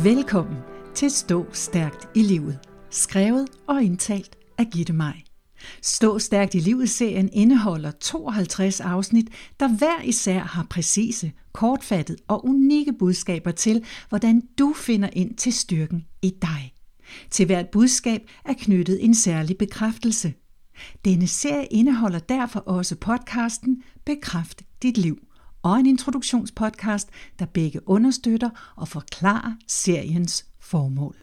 Velkommen til Stå Stærkt i Livet, skrevet og indtalt af Gitte Maj. Stå Stærkt i Livet-serien indeholder 52 afsnit, der hver især har præcise, kortfattet og unikke budskaber til, hvordan du finder ind til styrken i dig. Til hvert budskab er knyttet en særlig bekræftelse. Denne serie indeholder derfor også podcasten Bekræft dit liv og en introduktionspodcast, der begge understøtter og forklarer seriens formål.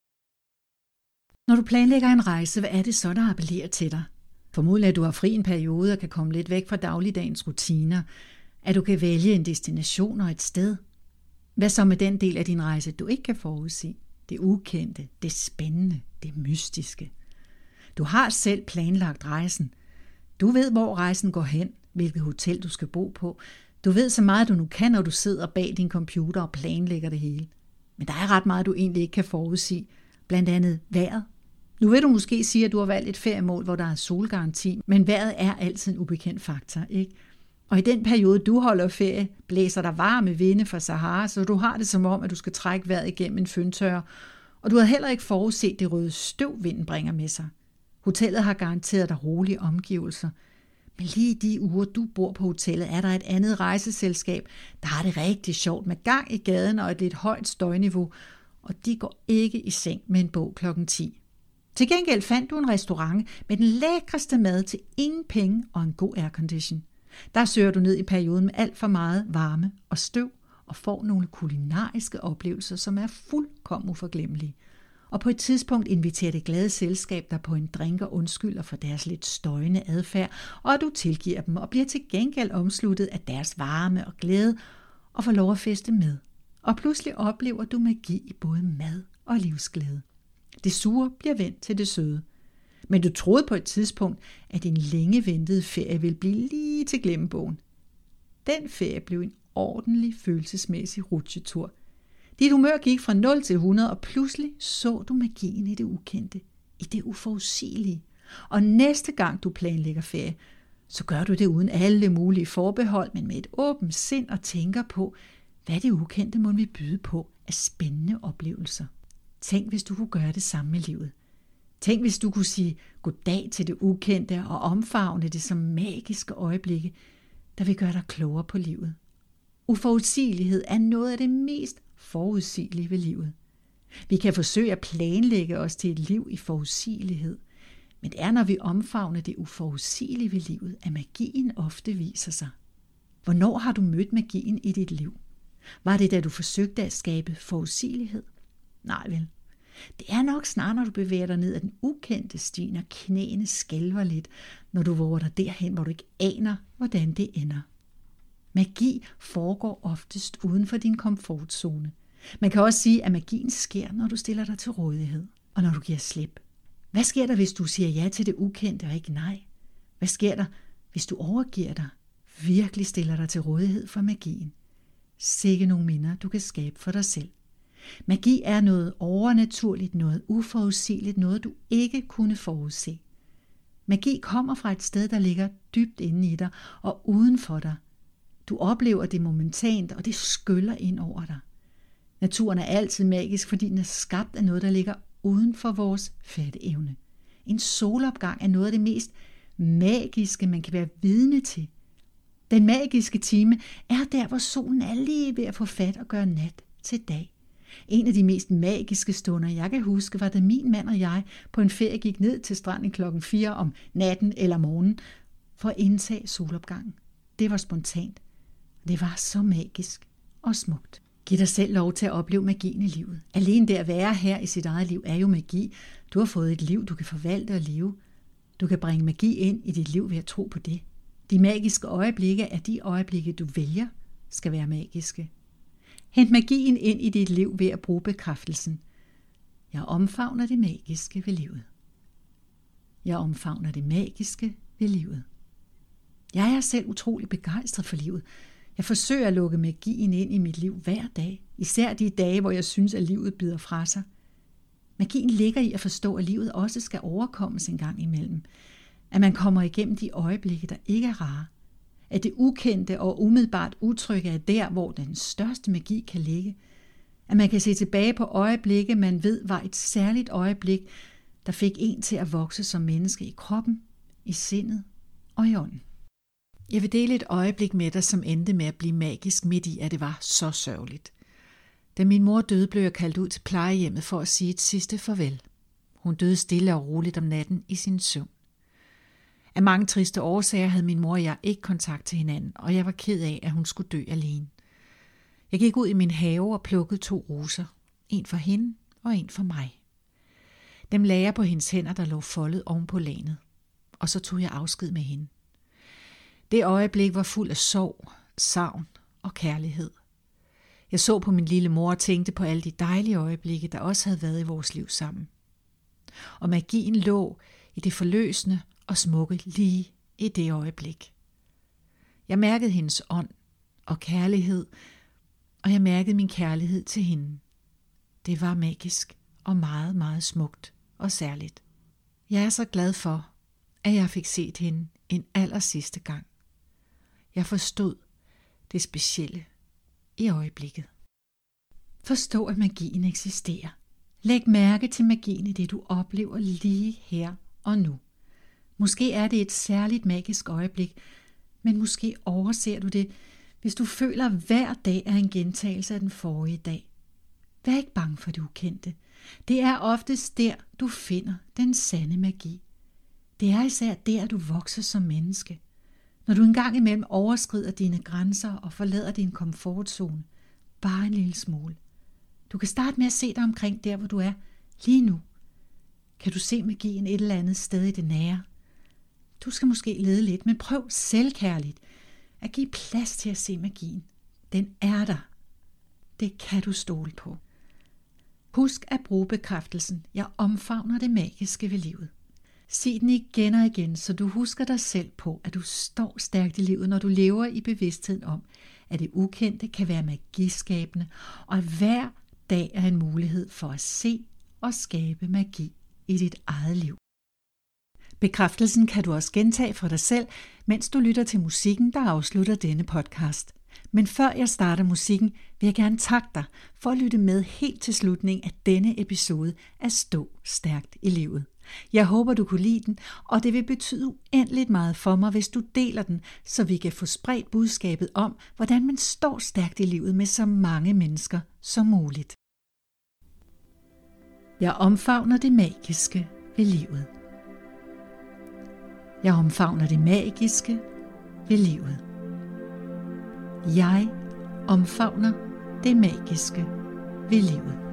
Når du planlægger en rejse, hvad er det så, der appellerer til dig? Formodentlig at du har fri en periode og kan komme lidt væk fra dagligdagens rutiner, at du kan vælge en destination og et sted. Hvad så med den del af din rejse, du ikke kan forudsige? Det ukendte, det spændende, det mystiske. Du har selv planlagt rejsen. Du ved, hvor rejsen går hen, hvilket hotel du skal bo på. Du ved så meget, du nu kan, når du sidder bag din computer og planlægger det hele. Men der er ret meget, du egentlig ikke kan forudsige. Blandt andet vejret. Nu vil du måske sige, at du har valgt et feriemål, hvor der er solgaranti, men vejret er altid en ubekendt faktor, ikke? Og i den periode, du holder ferie, blæser der varme vinde fra Sahara, så du har det som om, at du skal trække vejret igennem en fyndtørre. Og du har heller ikke forudset det røde støv, vinden bringer med sig. Hotellet har garanteret dig rolige omgivelser. Men lige de uger, du bor på hotellet, er der et andet rejseselskab, der har det rigtig sjovt med gang i gaden og et lidt højt støjniveau, og de går ikke i seng med en bog 10. Til gengæld fandt du en restaurant med den lækreste mad til ingen penge og en god aircondition. Der søger du ned i perioden med alt for meget varme og støv og får nogle kulinariske oplevelser, som er fuldkommen uforglemmelige. Og på et tidspunkt inviterer det glade selskab dig på en drink og undskylder for deres lidt støjende adfærd, og at du tilgiver dem og bliver til gengæld omsluttet af deres varme og glæde og får lov at feste med. Og pludselig oplever du magi i både mad og livsglæde. Det sure bliver vendt til det søde. Men du troede på et tidspunkt, at din længe ventede ferie ville blive lige til glemmebogen. Den ferie blev en ordentlig følelsesmæssig rutsjetur. Dit humør gik fra 0 til 100, og pludselig så du magien i det ukendte, i det uforudsigelige. Og næste gang du planlægger ferie, så gør du det uden alle mulige forbehold, men med et åbent sind og tænker på, hvad det ukendte må vi byde på af spændende oplevelser. Tænk, hvis du kunne gøre det samme med livet. Tænk, hvis du kunne sige goddag til det ukendte og omfavne det som magiske øjeblikke, der vil gøre dig klogere på livet. Uforudsigelighed er noget af det mest forudsigelige ved livet. Vi kan forsøge at planlægge os til et liv i forudsigelighed, men det er, når vi omfavner det uforudsigelige ved livet, at magien ofte viser sig. Hvornår har du mødt magien i dit liv? Var det, da du forsøgte at skabe forudsigelighed? Nej vel. Det er nok snart, når du bevæger dig ned ad den ukendte sti, og knæene skælver lidt, når du våger dig derhen, hvor du ikke aner, hvordan det ender. Magi foregår oftest uden for din komfortzone. Man kan også sige, at magien sker, når du stiller dig til rådighed, og når du giver slip. Hvad sker der, hvis du siger ja til det ukendte og ikke nej? Hvad sker der, hvis du overgiver dig, virkelig stiller dig til rådighed for magien? Sikke nogle minder, du kan skabe for dig selv. Magi er noget overnaturligt, noget uforudsigeligt, noget du ikke kunne forudse. Magi kommer fra et sted, der ligger dybt inde i dig og uden for dig. Du oplever det momentant, og det skyller ind over dig. Naturen er altid magisk, fordi den er skabt af noget, der ligger uden for vores fatteevne. En solopgang er noget af det mest magiske, man kan være vidne til. Den magiske time er der, hvor solen er lige ved at få fat og gøre nat til dag. En af de mest magiske stunder, jeg kan huske, var da min mand og jeg på en ferie gik ned til stranden 4:00 om natten eller morgenen for at indtage solopgangen. Det var spontant. Det var så magisk og smukt. Giv dig selv lov til at opleve magien i livet. Alene det at være her i sit eget liv er jo magi. Du har fået et liv, du kan forvalte og leve. Du kan bringe magi ind i dit liv ved at tro på det. De magiske øjeblikke er de øjeblikke, du vælger, skal være magiske. Hent magien ind i dit liv ved at bruge bekræftelsen. Jeg omfavner det magiske ved livet. Jeg omfavner det magiske ved livet. Jeg er selv utrolig begejstret for livet. Jeg forsøger at lukke magien ind i mit liv hver dag, især de dage, hvor jeg synes, at livet bider fra sig. Magien ligger i at forstå, at livet også skal overkommes en gang imellem. At man kommer igennem de øjeblikke, der ikke er rare. At det ukendte og umiddelbart utrygge er der, hvor den største magi kan ligge. At man kan se tilbage på øjeblikke, man ved var et særligt øjeblik, der fik en til at vokse som menneske i kroppen, i sindet og i ånden. Jeg vil dele et øjeblik med dig, som endte med at blive magisk midt i, at det var så sørgeligt. Da min mor døde, blev jeg kaldt ud til plejehjemmet for at sige et sidste farvel. Hun døde stille og roligt om natten i sin søvn. Af mange triste årsager havde min mor og jeg ikke kontakt til hinanden, og jeg var ked af, at hun skulle dø alene. Jeg gik ud i min have og plukkede 2 roser. En for hende og en for mig. Dem lagde jeg på hendes hænder, der lå foldet oven på lagenet. Og så tog jeg afsked med hende. Det øjeblik var fuld af sorg, savn og kærlighed. Jeg så på min lille mor og tænkte på alle de dejlige øjeblikke, der også havde været i vores liv sammen. Og magien lå i det forløsende og smukke lige i det øjeblik. Jeg mærkede hendes ånd og kærlighed, og jeg mærkede min kærlighed til hende. Det var magisk og meget, meget smukt og særligt. Jeg er så glad for, at jeg fik set hende en allersidste gang. Jeg forstod det specielle i øjeblikket. Forstå, at magien eksisterer. Læg mærke til magien i det, du oplever lige her og nu. Måske er det et særligt magisk øjeblik, men måske overser du det, hvis du føler, at hver dag er en gentagelse af den forrige dag. Vær ikke bange for det ukendte. Det er oftest der, du finder den sande magi. Det er især der, du vokser som menneske. Når du engang imellem overskrider dine grænser og forlader din komfortzone, bare en lille smule. Du kan starte med at se dig omkring der, hvor du er lige nu. Kan du se magien et eller andet sted i det nære? Du skal måske lede lidt, men prøv selvkærligt at give plads til at se magien. Den er der. Det kan du stole på. Husk at bruge bekræftelsen. Jeg omfavner det magiske ved livet. Sig den igen og igen, så du husker dig selv på, at du står stærkt i livet, når du lever i bevidstheden om, at det ukendte kan være magiskabende, og at hver dag er en mulighed for at se og skabe magi i dit eget liv. Bekræftelsen kan du også gentage for dig selv, mens du lytter til musikken, der afslutter denne podcast. Men før jeg starter musikken, vil jeg gerne takke dig for at lytte med helt til slutningen af denne episode af Stå Stærkt i Livet. Jeg håber, du kunne lide den, og det vil betyde uendeligt meget for mig, hvis du deler den, så vi kan få spredt budskabet om, hvordan man står stærkt i livet med så mange mennesker som muligt. Jeg omfavner det magiske ved livet. Jeg omfavner det magiske ved livet. Jeg omfavner det magiske ved livet.